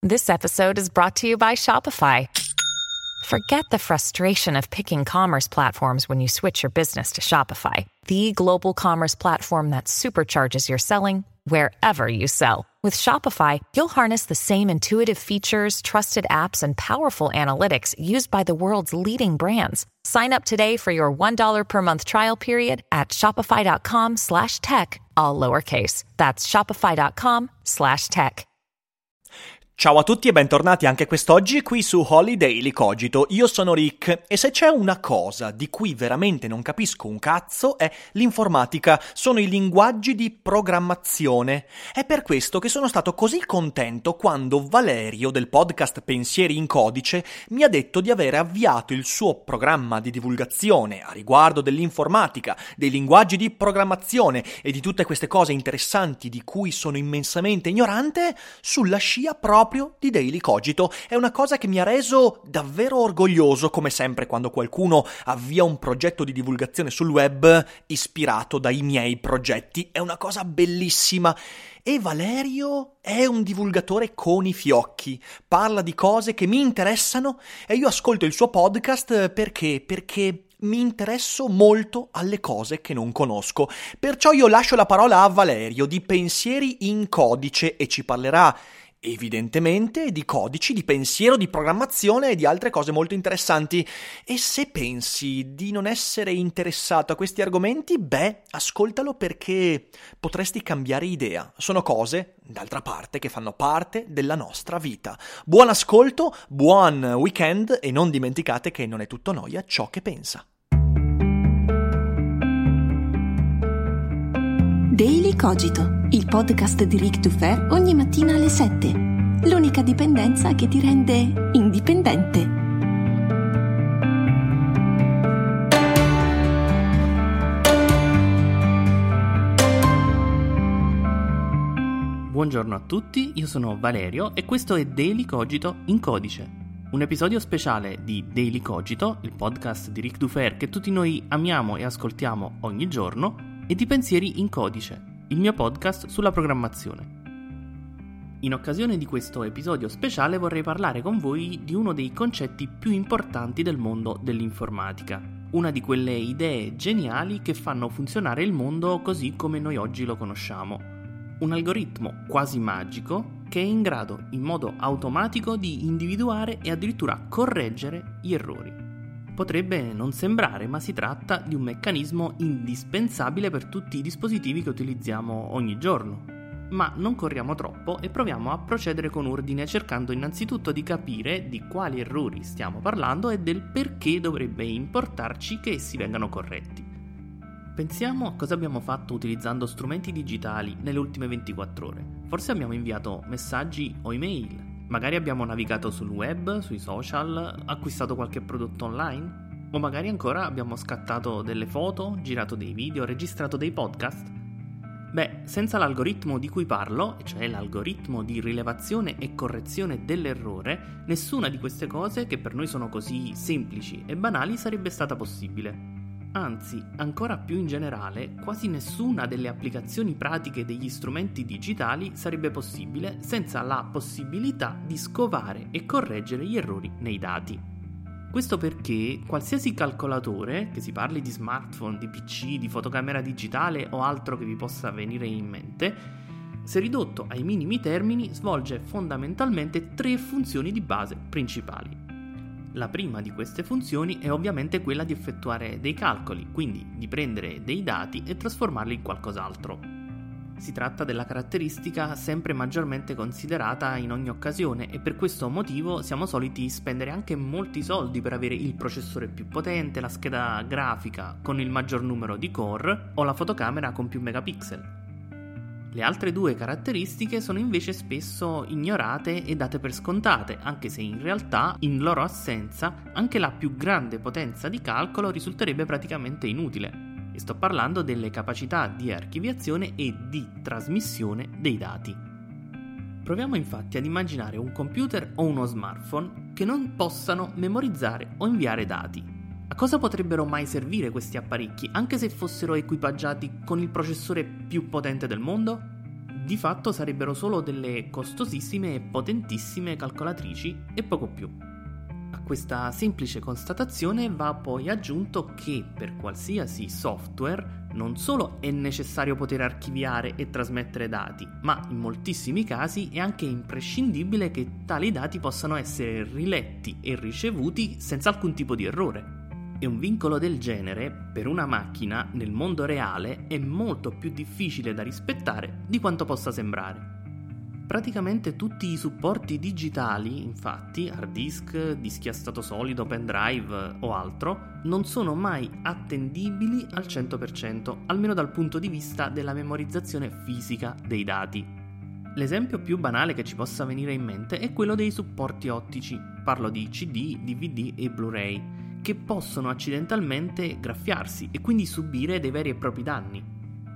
This episode is brought to you by Shopify. Forget the frustration of picking commerce platforms when you switch your business to Shopify, the global commerce platform that supercharges your selling wherever you sell. With Shopify, you'll harness the same intuitive features, trusted apps, and powerful analytics used by the world's leading brands. Sign up today for your $1 per month trial period at shopify.com/tech, all lowercase. That's shopify.com/tech. Ciao a tutti e bentornati anche quest'oggi qui su Holy Daily Cogito. Io sono Rick e se c'è una cosa di cui veramente non capisco un cazzo è l'informatica, sono i linguaggi di programmazione. È per questo che sono stato così contento quando Valerio del podcast Pensieri in Codice mi ha detto di avere avviato il suo programma di divulgazione a riguardo dell'informatica, dei linguaggi di programmazione e di tutte queste cose interessanti di cui sono immensamente ignorante sulla scia proprio di Daily Cogito. È una cosa che mi ha reso davvero orgoglioso, come sempre quando qualcuno avvia un progetto di divulgazione sul web ispirato dai miei progetti. È una cosa bellissima. E Valerio è un divulgatore con i fiocchi, parla di cose che mi interessano e io ascolto il suo podcast perché mi interesso molto alle cose che non conosco. Perciò io lascio la parola a Valerio di Pensieri in Codice e ci parlerà evidentemente di codici, di pensiero, di programmazione e di altre cose molto interessanti. E se pensi di non essere interessato a questi argomenti, ascoltalo perché potresti cambiare idea. Sono cose, d'altra parte, che fanno parte della nostra vita. Buon ascolto, buon weekend e non dimenticate che non è tutto noia ciò che pensa. Daily Cogito, il podcast di Rick Dufer ogni mattina alle 7. L'unica dipendenza che ti rende indipendente. Buongiorno a tutti, io sono Valerio e questo è Daily Cogito in Codice. Un episodio speciale di Daily Cogito, il podcast di Rick Dufer che tutti noi amiamo e ascoltiamo ogni giorno, e di Pensieri in Codice, il mio podcast sulla programmazione. In occasione di questo episodio speciale vorrei parlare con voi di uno dei concetti più importanti del mondo dell'informatica, una di quelle idee geniali che fanno funzionare il mondo così come noi oggi lo conosciamo. Un algoritmo quasi magico che è in grado in modo automatico di individuare e addirittura correggere gli errori. Potrebbe non sembrare, ma si tratta di un meccanismo indispensabile per tutti i dispositivi che utilizziamo ogni giorno. Ma non corriamo troppo e proviamo a procedere con ordine, cercando innanzitutto di capire di quali errori stiamo parlando e del perché dovrebbe importarci che essi vengano corretti. Pensiamo a cosa abbiamo fatto utilizzando strumenti digitali nelle ultime 24 ore. Forse abbiamo inviato messaggi o email. Magari abbiamo navigato sul web, sui social, acquistato qualche prodotto online, o magari ancora abbiamo scattato delle foto, girato dei video, registrato dei podcast. Senza l'algoritmo di cui parlo, cioè l'algoritmo di rilevazione e correzione dell'errore, nessuna di queste cose che per noi sono così semplici e banali sarebbe stata possibile. Anzi, ancora più in generale, quasi nessuna delle applicazioni pratiche degli strumenti digitali sarebbe possibile senza la possibilità di scovare e correggere gli errori nei dati. Questo perché qualsiasi calcolatore, che si parli di smartphone, di PC, di fotocamera digitale o altro che vi possa venire in mente, se ridotto ai minimi termini, svolge fondamentalmente 3 funzioni di base principali. La prima di queste funzioni è ovviamente quella di effettuare dei calcoli, quindi di prendere dei dati e trasformarli in qualcos'altro. Si tratta della caratteristica sempre maggiormente considerata in ogni occasione e per questo motivo siamo soliti spendere anche molti soldi per avere il processore più potente, la scheda grafica con il maggior numero di core o la fotocamera con più megapixel. Le altre 2 caratteristiche sono invece spesso ignorate e date per scontate, anche se in realtà, in loro assenza, anche la più grande potenza di calcolo risulterebbe praticamente inutile. E sto parlando delle capacità di archiviazione e di trasmissione dei dati. Proviamo infatti ad immaginare un computer o uno smartphone che non possano memorizzare o inviare dati. A cosa potrebbero mai servire questi apparecchi, anche se fossero equipaggiati con il processore più potente del mondo? di fatto sarebbero solo delle costosissime e potentissime calcolatrici e poco più. A questa semplice constatazione va poi aggiunto che per qualsiasi software non solo è necessario poter archiviare e trasmettere dati, ma in moltissimi casi è anche imprescindibile che tali dati possano essere riletti e ricevuti senza alcun tipo di errore. E un vincolo del genere, per una macchina, nel mondo reale, è molto più difficile da rispettare di quanto possa sembrare. Praticamente tutti i supporti digitali, infatti, hard disk, dischi a stato solido, pendrive o altro, non sono mai attendibili al 100%, almeno dal punto di vista della memorizzazione fisica dei dati. L'esempio più banale che ci possa venire in mente è quello dei supporti ottici, parlo di CD, DVD e Blu-ray, che possono accidentalmente graffiarsi e quindi subire dei veri e propri danni.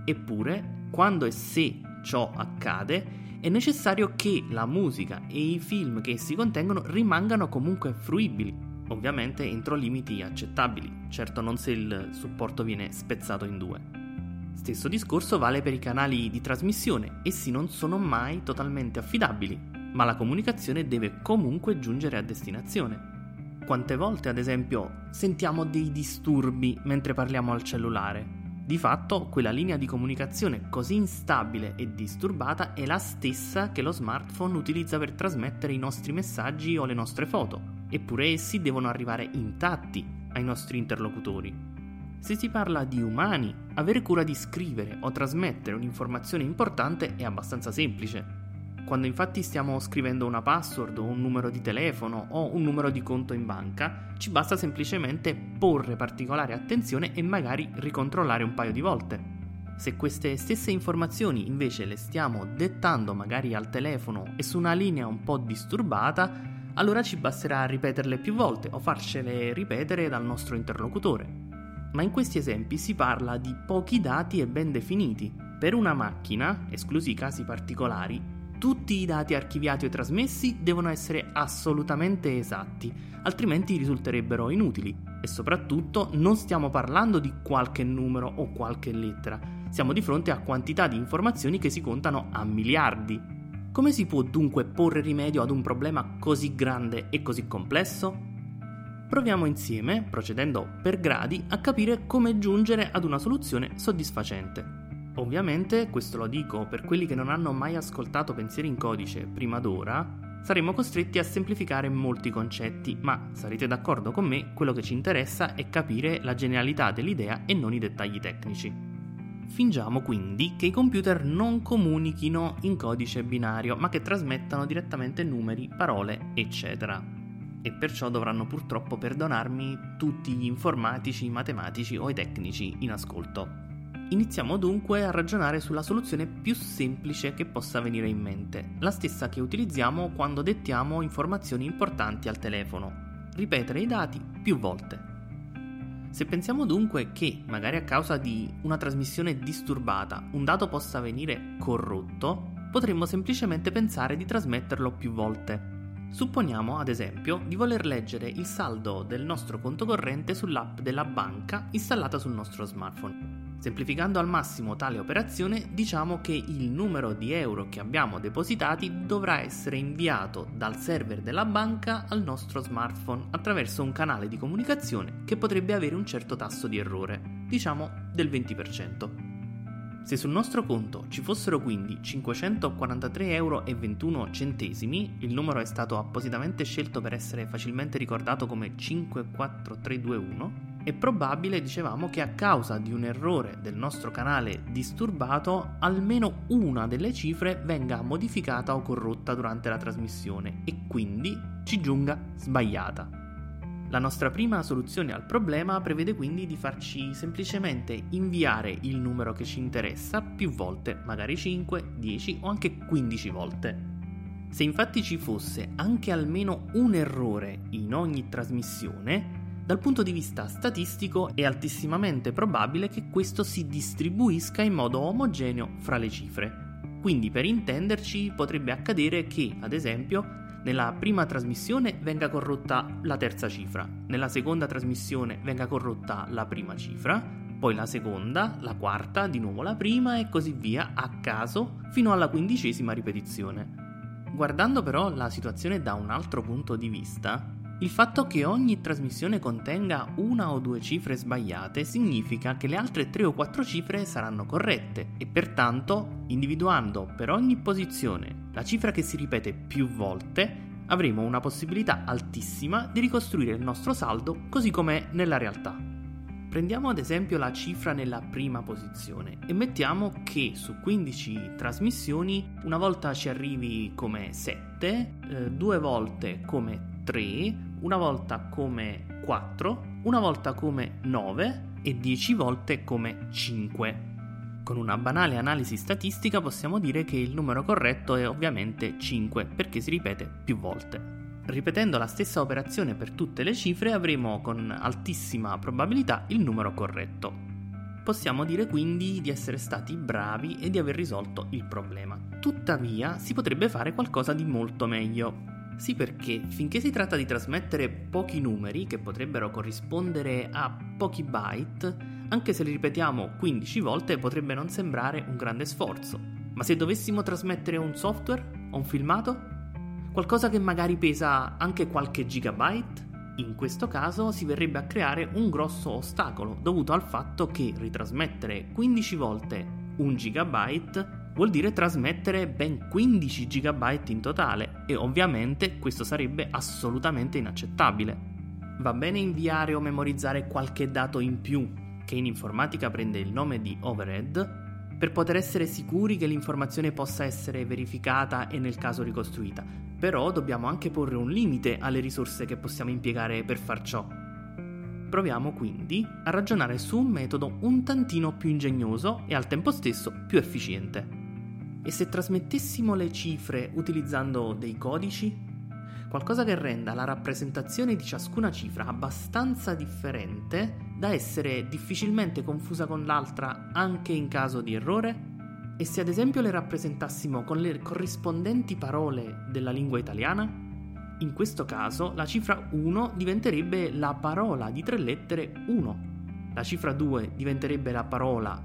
Eppure, quando e se ciò accade, è necessario che la musica e i film che essi contengono rimangano comunque fruibili, ovviamente entro limiti accettabili, certo non se il supporto viene spezzato in due. Stesso discorso vale per i canali di trasmissione, essi non sono mai totalmente affidabili, ma la comunicazione deve comunque giungere a destinazione. Quante volte, ad esempio, sentiamo dei disturbi mentre parliamo al cellulare? Di fatto, quella linea di comunicazione così instabile e disturbata è la stessa che lo smartphone utilizza per trasmettere i nostri messaggi o le nostre foto, eppure essi devono arrivare intatti ai nostri interlocutori. Se si parla di umani, avere cura di scrivere o trasmettere un'informazione importante è abbastanza semplice. Quando infatti stiamo scrivendo una password o un numero di telefono o un numero di conto in banca, ci basta semplicemente porre particolare attenzione e magari ricontrollare un paio di volte. Se queste stesse informazioni invece le stiamo dettando magari al telefono e su una linea un po' disturbata, allora ci basterà ripeterle più volte o farcele ripetere dal nostro interlocutore. Ma in questi esempi si parla di pochi dati e ben definiti. Per una macchina, esclusi i casi particolari, tutti i dati archiviati o trasmessi devono essere assolutamente esatti, altrimenti risulterebbero inutili. E soprattutto non stiamo parlando di qualche numero o qualche lettera, siamo di fronte a quantità di informazioni che si contano a miliardi. Come si può dunque porre rimedio ad un problema così grande e così complesso? Proviamo insieme, procedendo per gradi, a capire come giungere ad una soluzione soddisfacente. Ovviamente, questo lo dico per quelli che non hanno mai ascoltato Pensieri in Codice prima d'ora, saremo costretti a semplificare molti concetti, ma sarete d'accordo con me, quello che ci interessa è capire la genialità dell'idea e non i dettagli tecnici. Fingiamo quindi che i computer non comunichino in codice binario, ma che trasmettano direttamente numeri, parole, eccetera. E perciò dovranno purtroppo perdonarmi tutti gli informatici, i matematici o i tecnici in ascolto. Iniziamo dunque a ragionare sulla soluzione più semplice che possa venire in mente, la stessa che utilizziamo quando dettiamo informazioni importanti al telefono: ripetere i dati più volte. Se pensiamo dunque che, magari a causa di una trasmissione disturbata, un dato possa venire corrotto, potremmo semplicemente pensare di trasmetterlo più volte. Supponiamo, ad esempio, di voler leggere il saldo del nostro conto corrente sull'app della banca installata sul nostro smartphone. Semplificando al massimo tale operazione, diciamo che il numero di euro che abbiamo depositati dovrà essere inviato dal server della banca al nostro smartphone attraverso un canale di comunicazione che potrebbe avere un certo tasso di errore, diciamo del 20%. Se sul nostro conto ci fossero quindi 543,21 euro, il numero è stato appositamente scelto per essere facilmente ricordato come 54321, è probabile, dicevamo, che a causa di un errore del nostro canale disturbato, almeno una delle cifre venga modificata o corrotta durante la trasmissione e quindi ci giunga sbagliata. La nostra prima soluzione al problema prevede quindi di farci semplicemente inviare il numero che ci interessa più volte, magari 5, 10 o anche 15 volte. Se infatti ci fosse anche almeno un errore in ogni trasmissione, dal punto di vista statistico è altissimamente probabile che questo si distribuisca in modo omogeneo fra le cifre. Quindi, per intenderci, potrebbe accadere che, ad esempio, nella prima trasmissione venga corrotta la terza cifra, nella seconda trasmissione venga corrotta la prima cifra, poi la seconda, la quarta, di nuovo la prima e così via a caso fino alla 15ª ripetizione. Guardando però la situazione da un altro punto di vista, il fatto che ogni trasmissione contenga una o due cifre sbagliate significa che le altre 3 o 4 cifre saranno corrette e pertanto, individuando per ogni posizione la cifra che si ripete più volte, avremo una possibilità altissima di ricostruire il nostro saldo così com'è nella realtà. Prendiamo ad esempio la cifra nella prima posizione e mettiamo che su 15 trasmissioni una volta ci arrivi come 7, 2 volte come 3, una volta come 4, una volta come 9 e 10 volte come 5. Con una banale analisi statistica possiamo dire che il numero corretto è ovviamente 5 perché si ripete più volte. Ripetendo la stessa operazione per tutte le cifre avremo con altissima probabilità il numero corretto. Possiamo dire quindi di essere stati bravi e di aver risolto il problema. Tuttavia si potrebbe fare qualcosa di molto meglio. Sì, perché finché si tratta di trasmettere pochi numeri che potrebbero corrispondere a pochi byte, anche se li ripetiamo 15 volte potrebbe non sembrare un grande sforzo. Ma se dovessimo trasmettere un software o un filmato? Qualcosa che magari pesa anche qualche gigabyte? In questo caso si verrebbe a creare un grosso ostacolo dovuto al fatto che ritrasmettere 15 volte 1 gigabyte vuol dire trasmettere ben 15 gigabyte in totale e ovviamente questo sarebbe assolutamente inaccettabile. Va bene inviare o memorizzare qualche dato in più, che in informatica prende il nome di overhead, per poter essere sicuri che l'informazione possa essere verificata e nel caso ricostruita, però dobbiamo anche porre un limite alle risorse che possiamo impiegare per far ciò. Proviamo quindi a ragionare su un metodo un tantino più ingegnoso e al tempo stesso più efficiente. E se trasmettessimo le cifre utilizzando dei codici? Qualcosa che renda la rappresentazione di ciascuna cifra abbastanza differente da essere difficilmente confusa con l'altra anche in caso di errore? E se ad esempio le rappresentassimo con le corrispondenti parole della lingua italiana? In questo caso la cifra 1 diventerebbe la parola di 3 lettere 1, la cifra 2 diventerebbe la parola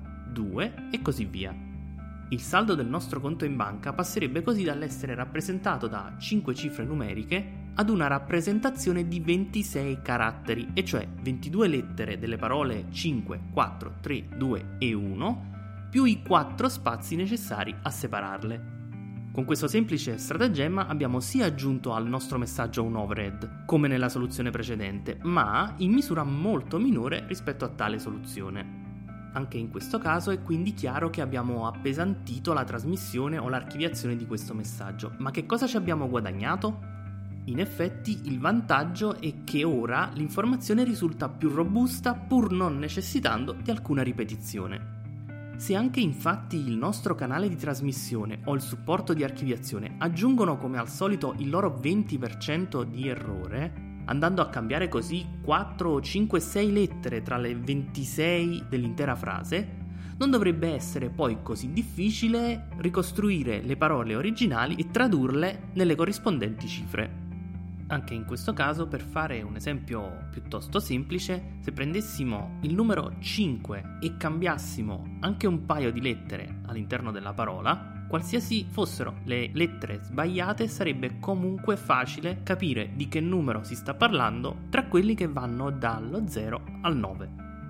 2 e così via. Il saldo del nostro conto in banca passerebbe così dall'essere rappresentato da 5 cifre numeriche ad una rappresentazione di 26 caratteri, e cioè 22 lettere delle parole 5, 4, 3, 2 e 1, più i 4 spazi necessari a separarle. Con questo semplice stratagemma abbiamo sì aggiunto al nostro messaggio un overhead, come nella soluzione precedente, ma in misura molto minore rispetto a tale soluzione. Anche in questo caso è quindi chiaro che abbiamo appesantito la trasmissione o l'archiviazione di questo messaggio, ma che cosa ci abbiamo guadagnato? In effetti il vantaggio è che ora l'informazione risulta più robusta pur non necessitando di alcuna ripetizione. Se anche infatti il nostro canale di trasmissione o il supporto di archiviazione aggiungono come al solito il loro 20% di errore, andando a cambiare così 4, 5, 6 lettere tra le 26 dell'intera frase, non dovrebbe essere poi così difficile ricostruire le parole originali e tradurle nelle corrispondenti cifre. Anche in questo caso, per fare un esempio piuttosto semplice, se prendessimo il numero 5 e cambiassimo anche un paio di lettere all'interno della parola, qualsiasi fossero le lettere sbagliate sarebbe comunque facile capire di che numero si sta parlando tra quelli che vanno dallo 0 al 9.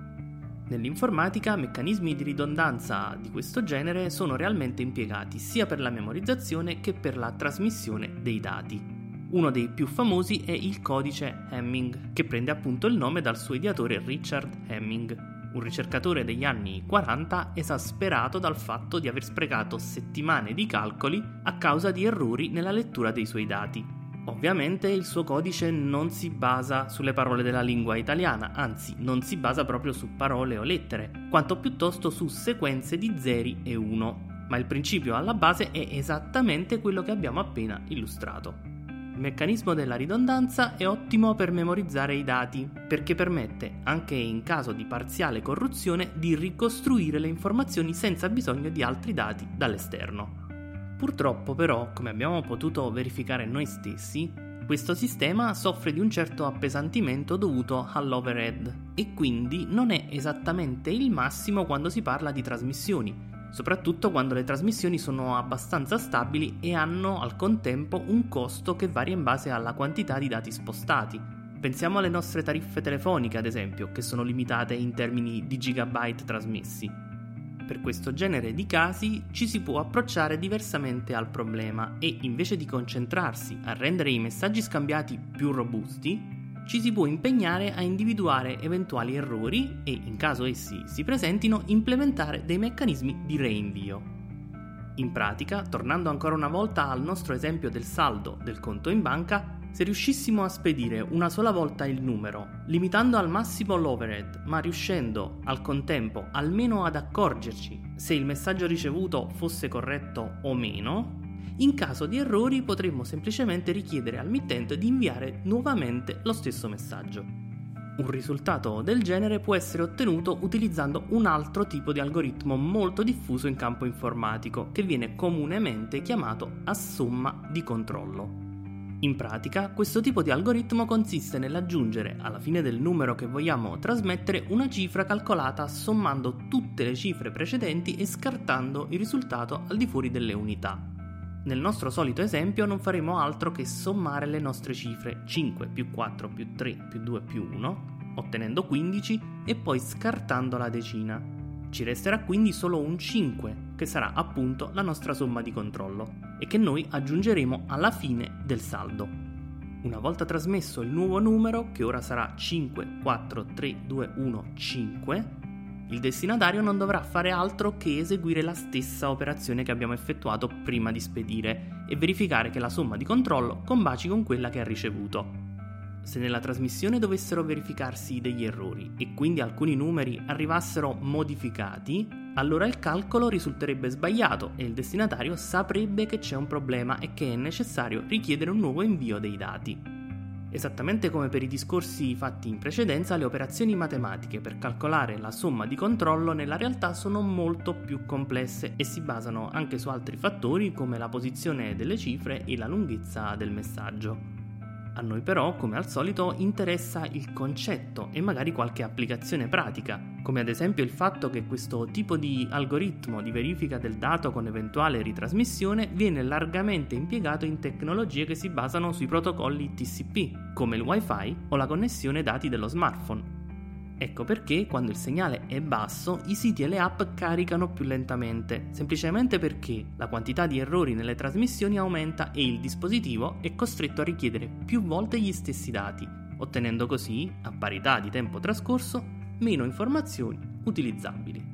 Nell'informatica, meccanismi di ridondanza di questo genere sono realmente impiegati sia per la memorizzazione che per la trasmissione dei dati. Uno dei più famosi è il codice Hamming, che prende appunto il nome dal suo ideatore Richard Hamming, un ricercatore degli anni 40 esasperato dal fatto di aver sprecato settimane di calcoli a causa di errori nella lettura dei suoi dati. Ovviamente il suo codice non si basa sulle parole della lingua italiana, anzi non si basa proprio su parole o lettere, quanto piuttosto su sequenze di zeri e 1, ma il principio alla base è esattamente quello che abbiamo appena illustrato. Il meccanismo della ridondanza è ottimo per memorizzare i dati, perché permette, anche in caso di parziale corruzione, di ricostruire le informazioni senza bisogno di altri dati dall'esterno. Purtroppo però, come abbiamo potuto verificare noi stessi, Questo sistema soffre di un certo appesantimento dovuto all'overhead e quindi non è esattamente il massimo quando si parla di trasmissioni, soprattutto quando le trasmissioni sono abbastanza stabili e hanno al contempo un costo che varia in base alla quantità di dati spostati. Pensiamo alle nostre tariffe telefoniche, ad esempio, che sono limitate in termini di gigabyte trasmessi. Per questo genere di casi ci si può approcciare diversamente al problema e invece di concentrarsi a rendere i messaggi scambiati più robusti, ci si può impegnare a individuare eventuali errori e, in caso essi si presentino, implementare dei meccanismi di reinvio. In pratica, tornando ancora una volta al nostro esempio del saldo del conto in banca, se riuscissimo a spedire una sola volta il numero, limitando al massimo l'overhead, ma riuscendo al contempo almeno ad accorgerci se il messaggio ricevuto fosse corretto o meno, in caso di errori potremmo semplicemente richiedere al mittente di inviare nuovamente lo stesso messaggio. Un risultato del genere può essere ottenuto utilizzando un altro tipo di algoritmo molto diffuso in campo informatico, che viene comunemente chiamato a somma di controllo. In pratica, questo tipo di algoritmo consiste nell'aggiungere alla fine del numero che vogliamo trasmettere una cifra calcolata sommando tutte le cifre precedenti e scartando il risultato al di fuori delle unità. Nel nostro solito esempio non faremo altro che sommare le nostre cifre 5 più 4 più 3 più 2 più 1, ottenendo 15 e poi scartando la decina. Ci resterà quindi solo un 5, che sarà appunto la nostra somma di controllo, e che noi aggiungeremo alla fine del saldo. Una volta trasmesso il nuovo numero, che ora sarà 5, 4, 3, 2, 1, 5, il destinatario non dovrà fare altro che eseguire la stessa operazione che abbiamo effettuato prima di spedire e verificare che la somma di controllo combaci con quella che ha ricevuto. Se nella trasmissione dovessero verificarsi degli errori e quindi alcuni numeri arrivassero modificati, allora il calcolo risulterebbe sbagliato e il destinatario saprebbe che c'è un problema e che è necessario richiedere un nuovo invio dei dati. Esattamente come per i discorsi fatti in precedenza, le operazioni matematiche per calcolare la somma di controllo nella realtà sono molto più complesse e si basano anche su altri fattori come la posizione delle cifre e la lunghezza del messaggio. A noi però, come al solito, interessa il concetto e magari qualche applicazione pratica, come ad esempio il fatto che questo tipo di algoritmo di verifica del dato con eventuale ritrasmissione viene largamente impiegato in tecnologie che si basano sui protocolli TCP, come il Wi-Fi o la connessione dati dello smartphone. Ecco perché quando il segnale è basso i siti e le app caricano più lentamente, semplicemente perché la quantità di errori nelle trasmissioni aumenta e il dispositivo è costretto a richiedere più volte gli stessi dati, ottenendo così, a parità di tempo trascorso, meno informazioni utilizzabili.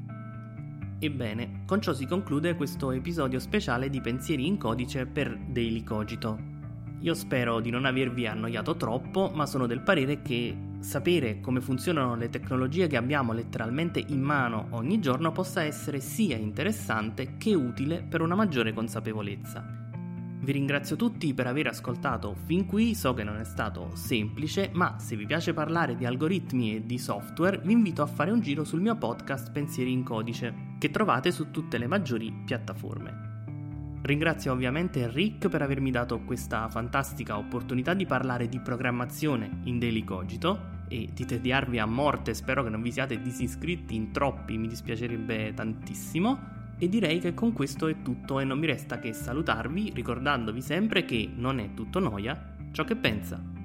Ebbene, con ciò si conclude questo episodio speciale di Pensieri in Codice per Daily Cogito. Io spero di non avervi annoiato troppo, ma sono del parere che sapere come funzionano le tecnologie che abbiamo letteralmente in mano ogni giorno possa essere sia interessante che utile per una maggiore consapevolezza. Vi ringrazio tutti per aver ascoltato fin qui, so che non è stato semplice, ma se vi piace parlare di algoritmi e di software vi invito a fare un giro sul mio podcast Pensieri in Codice, che trovate su tutte le maggiori piattaforme. Ringrazio ovviamente Rick per avermi dato questa fantastica opportunità di parlare di programmazione in Daily Cogito e di tediarvi a morte. Spero che non vi siate disiscritti in troppi, mi dispiacerebbe tantissimo. E direi che con questo è tutto e non mi resta che salutarvi ricordandovi sempre che non è tutto noia ciò che pensa.